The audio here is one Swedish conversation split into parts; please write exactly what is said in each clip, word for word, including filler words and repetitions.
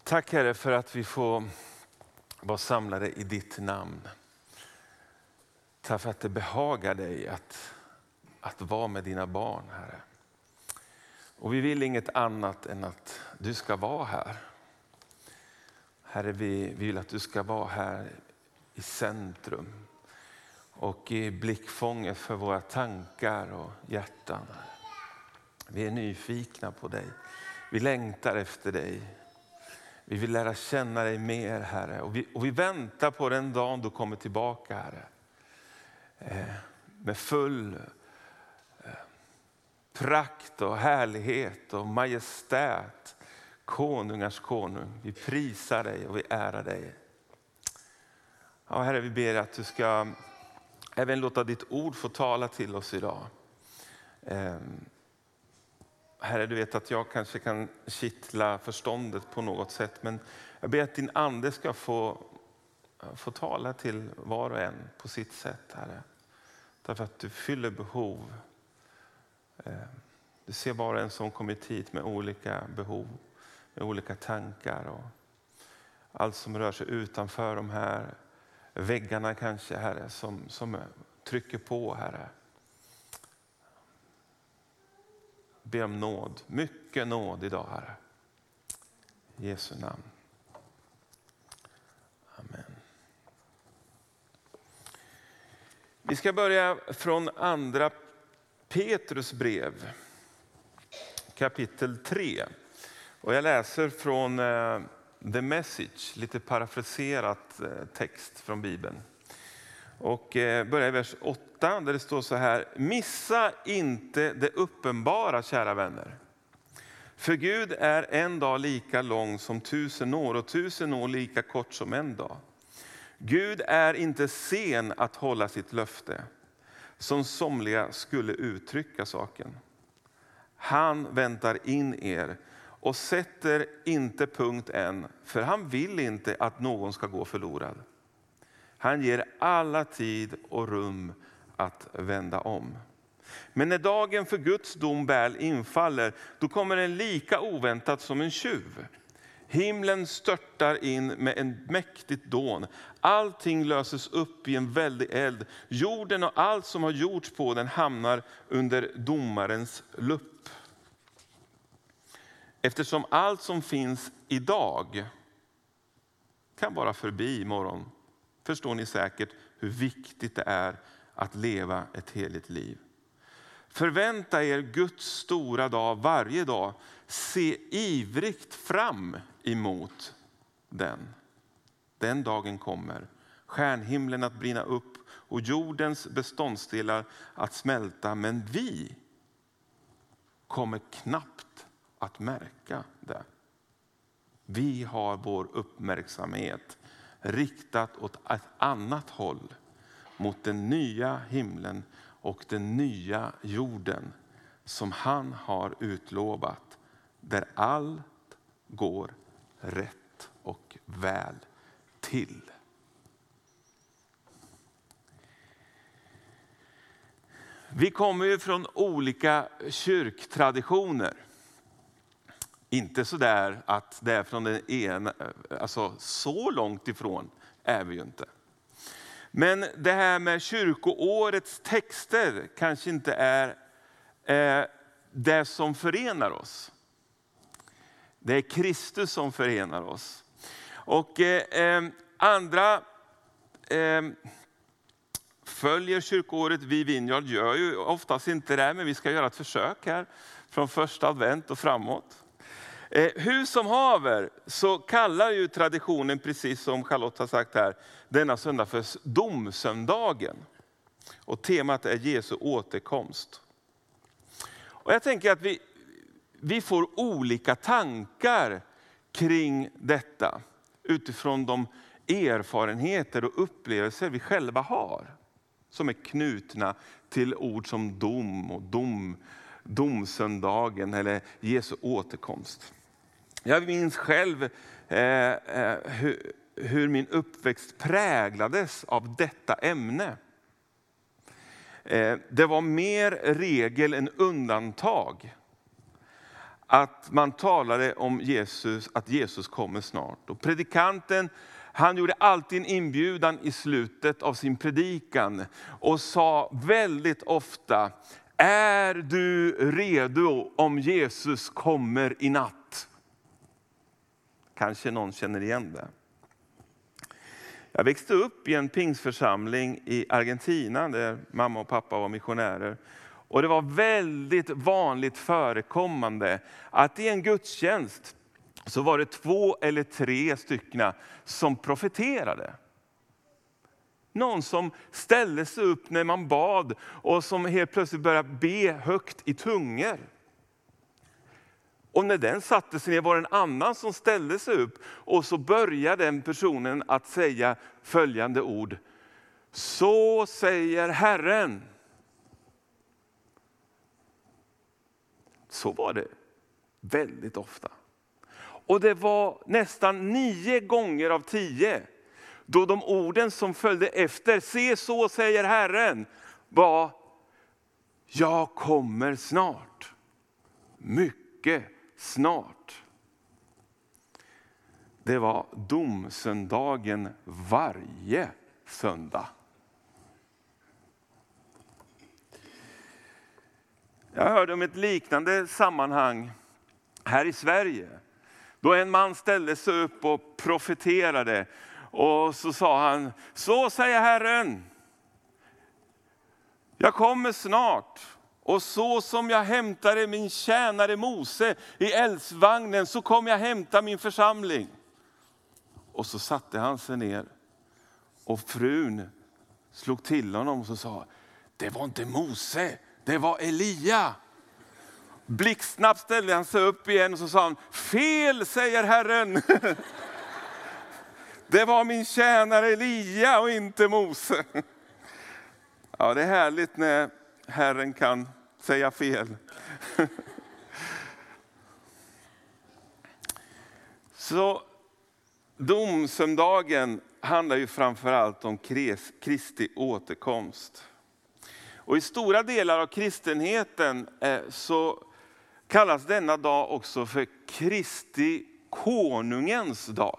Tack Herre för att vi får vara samlade i ditt namn. Tack för att det behagar dig att, att vara med dina barn, Herre. Och vi vill inget annat än att du ska vara här. Herre, vi vill att du ska vara här i centrum och i blickfånget för våra tankar och hjärtan. Vi är nyfikna på dig. Vi längtar efter dig. Vi vill lära känna dig mer, Herre. Och vi, och vi väntar på den dagen du kommer tillbaka, Herre. Eh, med full eh, prakt och härlighet och majestät. Konungars konung. Vi prisar dig och vi ärar dig. Ja, Herre, vi ber att du ska även låta ditt ord få tala till oss idag. Eh, Herre, du vet att jag kanske kan kittla förståndet på något sätt. Men jag ber att din ande ska få, få tala till var och en på sitt sätt, Herre. Därför att du fyller behov. Du ser var och en som kommit hit med olika behov, med olika tankar. Och allt som rör sig utanför de här väggarna kanske, Herre, som, som trycker på, Herre. Be om nåd, mycket nåd idag, Herre. I Jesu namn. Amen. Vi ska börja från andra Petrus brev, kapitel tre. Och jag läser från uh, The Message, lite parafraserat uh, text från Bibeln. Och uh, börjar i vers åtta där det står så här: missa inte det uppenbara, kära vänner. För Gud är en dag lika lång som tusen år och tusen år lika kort som en dag. Gud är inte sen att hålla sitt löfte, som somliga skulle uttrycka saken. Han väntar in er och sätter inte punkt än, för han vill inte att någon ska gå förlorad. Han ger alla tid och rum att vända om. Men när dagen för Guds dom väl infaller, då kommer den lika oväntat som en tjuv. Himlen störtar in med en mäktigt dån. Allting löses upp i en väldig eld. Jorden och allt som har gjorts på den hamnar under domarens lupp. Eftersom allt som finns idag kan vara förbi imorgon, förstår ni säkert hur viktigt det är att leva ett heligt liv. Förvänta er Guds stora dag varje dag. Se ivrigt fram emot den. Den dagen kommer. Stjärnhimlen att brinna upp och jordens beståndsdelar att smälta. Men vi kommer knappt att märka det. Vi har vår uppmärksamhet riktat åt ett annat håll, mot den nya himlen och den nya jorden som han har utlovat, där allt går rätt och väl till. Vi kommer ju från olika kyrktraditioner. Inte så där att det är från den ena, alltså så långt ifrån är vi ju inte. Men det här med kyrkoårets texter kanske inte är eh, det som förenar oss. Det är Kristus som förenar oss. Och eh, andra eh, följer kyrkoåret. Vi Vinjard gör ju oftast inte det, men vi ska göra ett försök här från första advent och framåt. Eh, hur som haver så kallar ju traditionen, precis som Charlotte har sagt här, denna söndag för domsöndagen. Och temat är Jesu återkomst. Och jag tänker att vi, vi får olika tankar kring detta utifrån de erfarenheter och upplevelser vi själva har. Som är knutna till ord som dom och dom, domsöndagen eller Jesu återkomst. Jag minns själv eh, eh, hur, hur min uppväxt präglades av detta ämne. Eh, det var mer regel än undantag att man talade om Jesus, att Jesus kommer snart. Och predikanten, han gjorde alltid en inbjudan i slutet av sin predikan och sa väldigt ofta: är du redo om Jesus kommer i natt? Kanske någon känner igen det. Jag växte upp i en pingsförsamling i Argentina där mamma och pappa var missionärer. Och det var väldigt vanligt förekommande att i en gudstjänst så var det två eller tre stycken som profeterade. Någon som ställde sig upp när man bad och som helt plötsligt började be högt i tungor. Och när den satte sig ner var det en annan som ställde sig upp och så började den personen att säga följande ord: så säger Herren. Så var det väldigt ofta. Och det var nästan nio gånger av tio då de orden som följde efter, se så säger Herren, var: jag kommer snart. Mycket snart. Det var domsöndagen varje söndag. Jag hörde om ett liknande sammanhang här i Sverige. Då en man ställde sig upp och profeterade. Och så sa han: så säger Herren, jag kommer snart. Och så som jag hämtade min tjänare Mose i eldsvagnen, så kommer jag hämta min församling. Och så satte han sig ner. Och frun slog till honom och så sa: det var inte Mose, det var Elia. Blixtsnabbt ställde han sig upp igen och så sa han: fel säger Herren. Det var min tjänare Elia och inte Mose. Ja, det är härligt när Herren kan säga fel. Så domsöndagen handlar ju framförallt om Kristi återkomst. Och i stora delar av kristenheten så kallas denna dag också för Kristi konungens dag.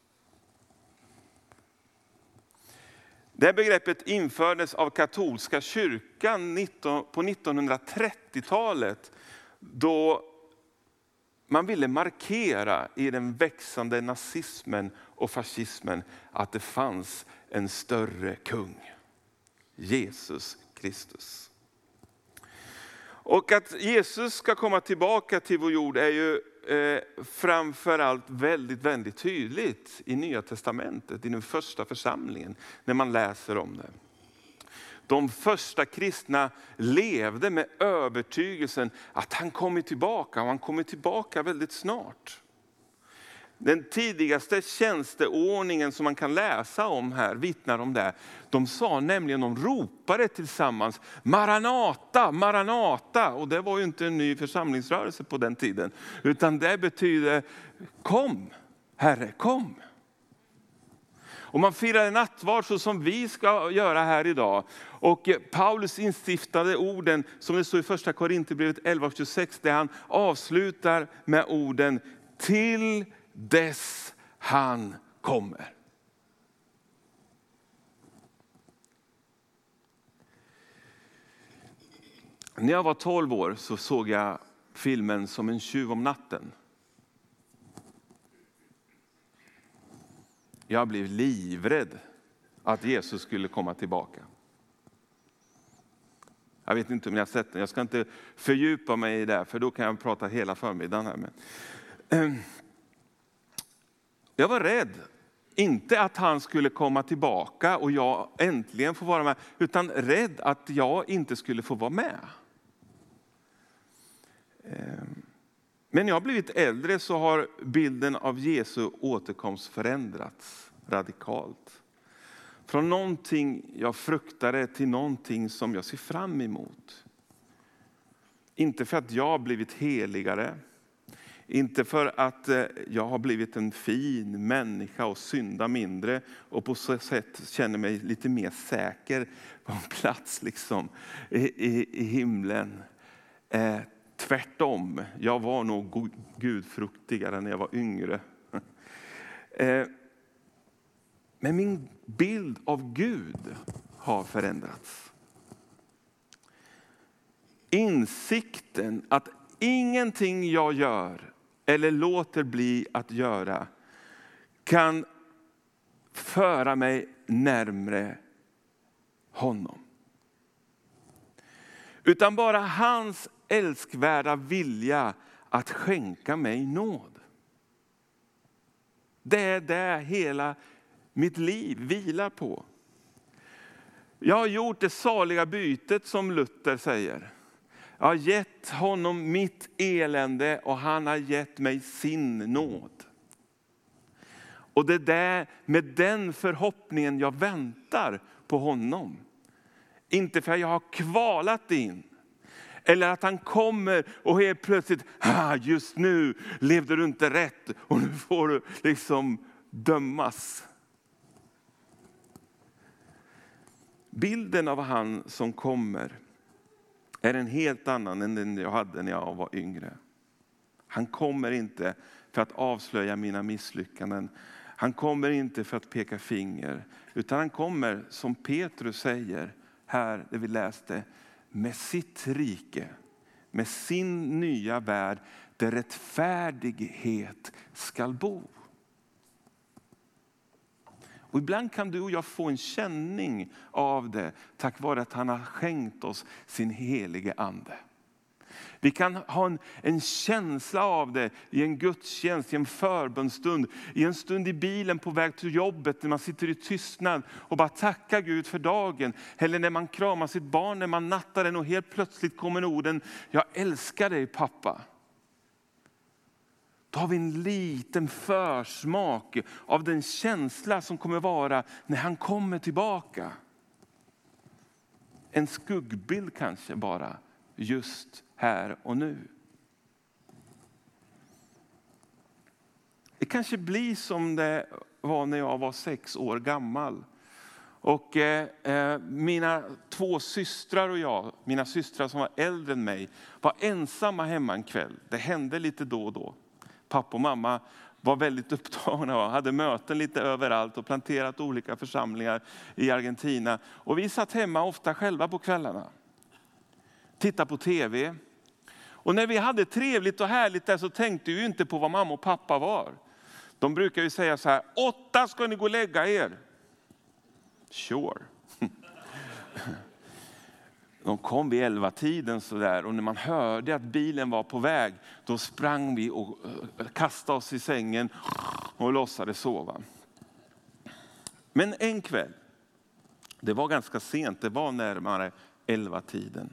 Det begreppet infördes av katolska kyrkan på nittonhundratrettiotalet då man ville markera i den växande nazismen och fascismen att det fanns en större kung, Jesus Kristus. Och att Jesus ska komma tillbaka till vår jord är ju eh, framförallt väldigt, väldigt tydligt i Nya testamentet, i den första församlingen, när man läser om det. De första kristna levde med övertygelsen att han kommer tillbaka, och han kommer tillbaka väldigt snart. Den tidigaste tjänsteordningen som man kan läsa om här vittnar om det. De sa nämligen, de ropade tillsammans: Maranata, Maranata. Och det var ju inte en ny församlingsrörelse på den tiden. Utan det betyder: kom, Herre, kom. Och man firade nattvard så som vi ska göra här idag. Och Paulus instiftade orden som det står i första Korinthierbrevet elva tjugosex, där han avslutar med orden: till dess han kommer. När jag var tolv år så såg jag filmen Som en tjuv om natten. Jag blev livrädd att Jesus skulle komma tillbaka. Jag vet inte om ni har sett den. Jag ska inte fördjupa mig i det, för då kan jag prata hela förmiddagen här med. Jag var rädd. Inte att han skulle komma tillbaka och jag äntligen få vara med, utan rädd att jag inte skulle få vara med. Men när jag har blivit äldre så har bilden av Jesu återkomst förändrats radikalt. Från någonting jag fruktade till någonting som jag ser fram emot. Inte för att jag har blivit heligare. Inte för att jag har blivit en fin människa och syndar mindre. Och på så sätt känner mig lite mer säker på en plats liksom, i, i, i himlen. Eh, tvärtom. Jag var nog gudfruktigare när jag var yngre. Men min bild av Gud har förändrats. Insikten att ingenting jag gör eller låter bli att göra kan föra mig närmare honom. Utan bara hans älskvärda vilja att skänka mig nåd. Det är det hela mitt liv vilar på. Jag har gjort det saliga bytet som Luther säger. Jag har gett honom mitt elände och han har gett mig sin nåd. Och det är där, med den förhoppningen jag väntar på honom. Inte för att jag har kvalat in. Eller att han kommer och helt plötsligt, ah, just nu levde du inte rätt och nu får du liksom dömas. Bilden av han som kommer är en helt annan än den jag hade när jag var yngre. Han kommer inte för att avslöja mina misslyckanden. Han kommer inte för att peka finger. Utan han kommer, som Petrus säger här, det vi läste, med sitt rike. Med sin nya värld där rättfärdighet skall bo. Och ibland kan du och jag få en känning av det tack vare att han har skänkt oss sin helige ande. Vi kan ha en, en känsla av det i en gudstjänst, i en förbönstund, i en stund i bilen på väg till jobbet när man sitter i tystnad och bara tackar Gud för dagen. Eller när man kramar sitt barn, när man nattar den och helt plötsligt kommer orden, jag älskar dig pappa. Då har vi en liten försmak av den känsla som kommer vara när han kommer tillbaka. En skuggbild kanske bara, just här och nu. Det kanske blir som det var när jag var sex år gammal. Och eh, mina två systrar och jag, mina systrar som var äldre än mig, var ensamma hemma en kväll. Det hände lite då och då. Pappa och mamma var väldigt upptagna och hade möten lite överallt och planterat olika församlingar i Argentina. Och vi satt hemma ofta själva på kvällarna. Tittade på tv. Och när vi hade trevligt och härligt där så tänkte vi inte på vad mamma och pappa var. De brukar ju säga så här, åtta ska ni gå och lägga er. Sure. De kom vid elva tiden så där, och när man hörde att bilen var på väg, då sprang vi och kastade oss i sängen och låtsades sova. Men en kväll, det var ganska sent, det var närmare elva tiden.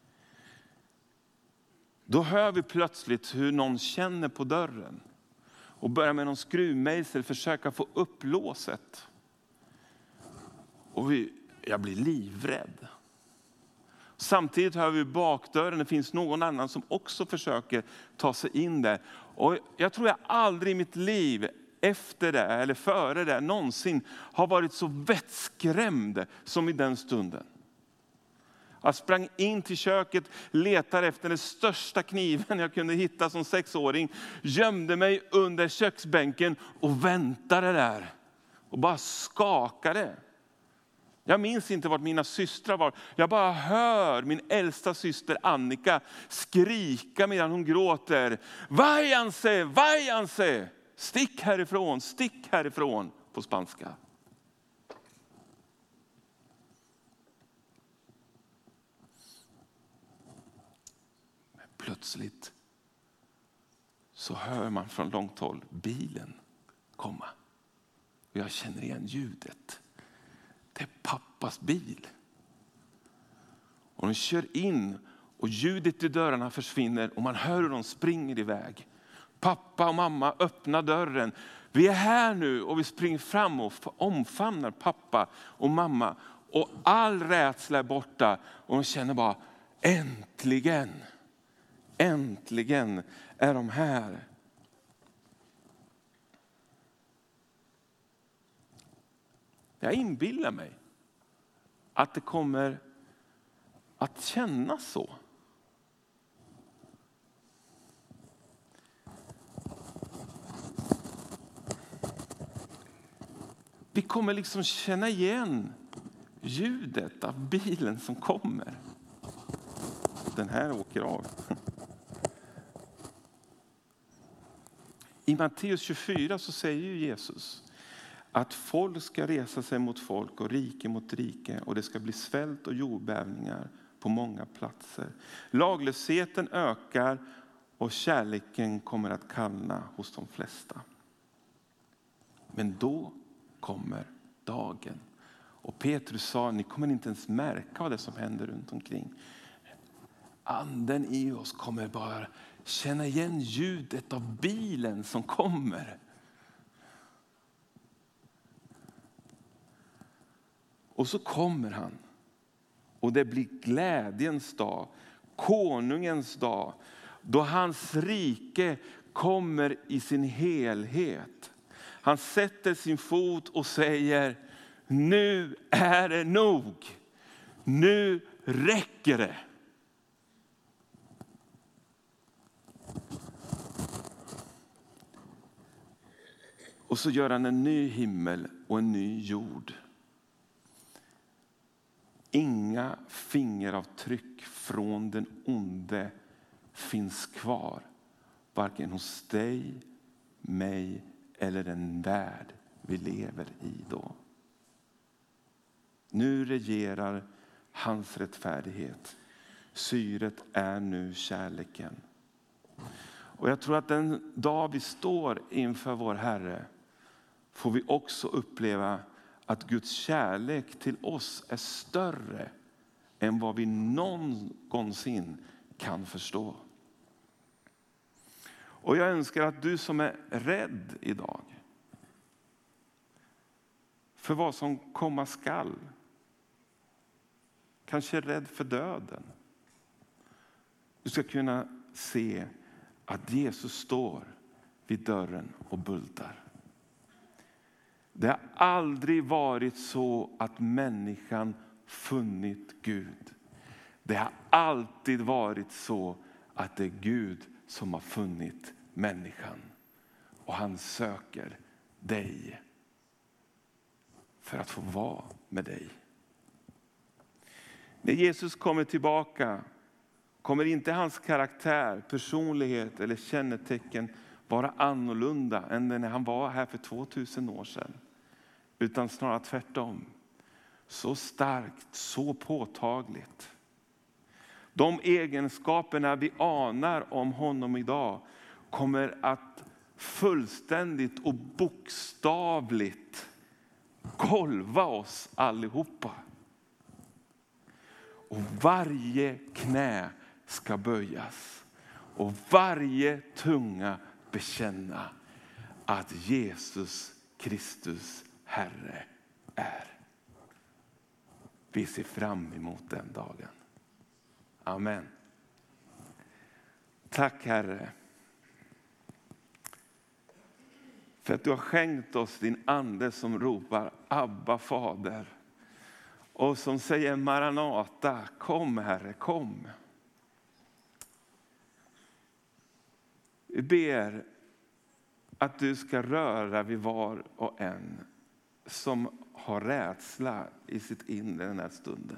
Då hör vi plötsligt hur någon känner på dörren och börjar med någon skruvmejsel försöka få upp låset. Och vi, jag blir livrädd. Samtidigt hör vi bakdörren, det finns någon annan som också försöker ta sig in där. Och jag tror jag aldrig i mitt liv efter det eller före det någonsin har varit så vettskrämd som i den stunden. Jag sprang in till köket, letade efter den största kniven jag kunde hitta som sexåring. Gömde mig under köksbänken och väntade där. Och bara skakade. Jag minns inte vart mina systrar var. Jag bara hör min äldsta syster Annika skrika medan hon gråter. Váyanse, váyanse! Stick härifrån, stick härifrån på spanska. Men plötsligt så hör man från långt håll bilen komma. Och jag känner igen ljudet. Det är pappas bil. Och de kör in och ljudet i dörrarna försvinner och man hör hur de springer iväg. Pappa och mamma öppnar dörren. Vi är här nu och vi springer fram och omfamnar pappa och mamma. Och all rädsla är borta och de känner bara äntligen, äntligen är de här. Jag inbillar mig att det kommer att kännas så. Vi kommer liksom känna igen ljudet av bilen som kommer. Den här åker av. I Matteus tjugofyra så säger ju Jesus att folk ska resa sig mot folk och rike mot rike. Och det ska bli svält och jordbävningar på många platser. Laglösheten ökar och kärleken kommer att kallna hos de flesta. Men då kommer dagen. Och Petrus sa, ni kommer inte ens märka vad det som händer runt omkring. Anden i oss kommer bara känna igen ljudet av bilen som kommer. Och så kommer han. Och det blir glädjens dag, konungens dag, då hans rike kommer i sin helhet. Han sätter sin fot och säger, nu är det nog. Nu räcker det. Och så gör han en ny himmel och en ny jord. Inga fingeravtryck från den onde finns kvar. Varken hos dig, mig eller den värld vi lever i då. Nu regerar hans rättfärdighet. Syret är nu kärleken. Och jag tror att den dag vi står inför vår Herre får vi också uppleva att Guds kärlek till oss är större än vad vi någonsin kan förstå. Och jag önskar att du som är rädd idag för vad som komma skall, kanske är rädd för döden, du ska kunna se att Jesus står vid dörren och bultar. Det har aldrig varit så att människan funnit Gud. Det har alltid varit så att det är Gud som har funnit människan. Och han söker dig för att få vara med dig. När Jesus kommer tillbaka kommer inte hans karaktär, personlighet eller kännetecken vara annorlunda än när han var här för tvåtusen år sedan. Utan snarare tvärtom. Så starkt, så påtagligt. De egenskaperna vi anar om honom idag kommer att fullständigt och bokstavligt golva oss allihopa. Och varje knä ska böjas. Och varje tunga bekänna att Jesus Kristus Herre är. Vi ser fram emot den dagen. Amen. Tack Herre. För att du har skänkt oss din ande som ropar Abba Fader. Och som säger Maranata, kom Herre, kom. Vi ber att du ska röra vid var och en som har rädsla i sitt inre den här stunden.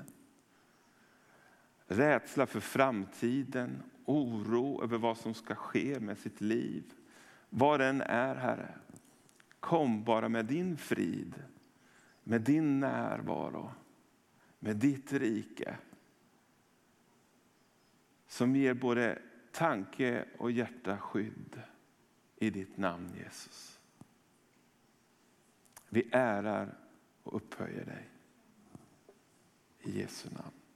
Rädsla för framtiden, oro över vad som ska ske med sitt liv. Vad den är, Herre. Kom bara med din frid, med din närvaro, med ditt rike. Som ger både tanke och hjärta skydd i ditt namn, Jesus. Vi ärar och upphöjer dig. I Jesu namn.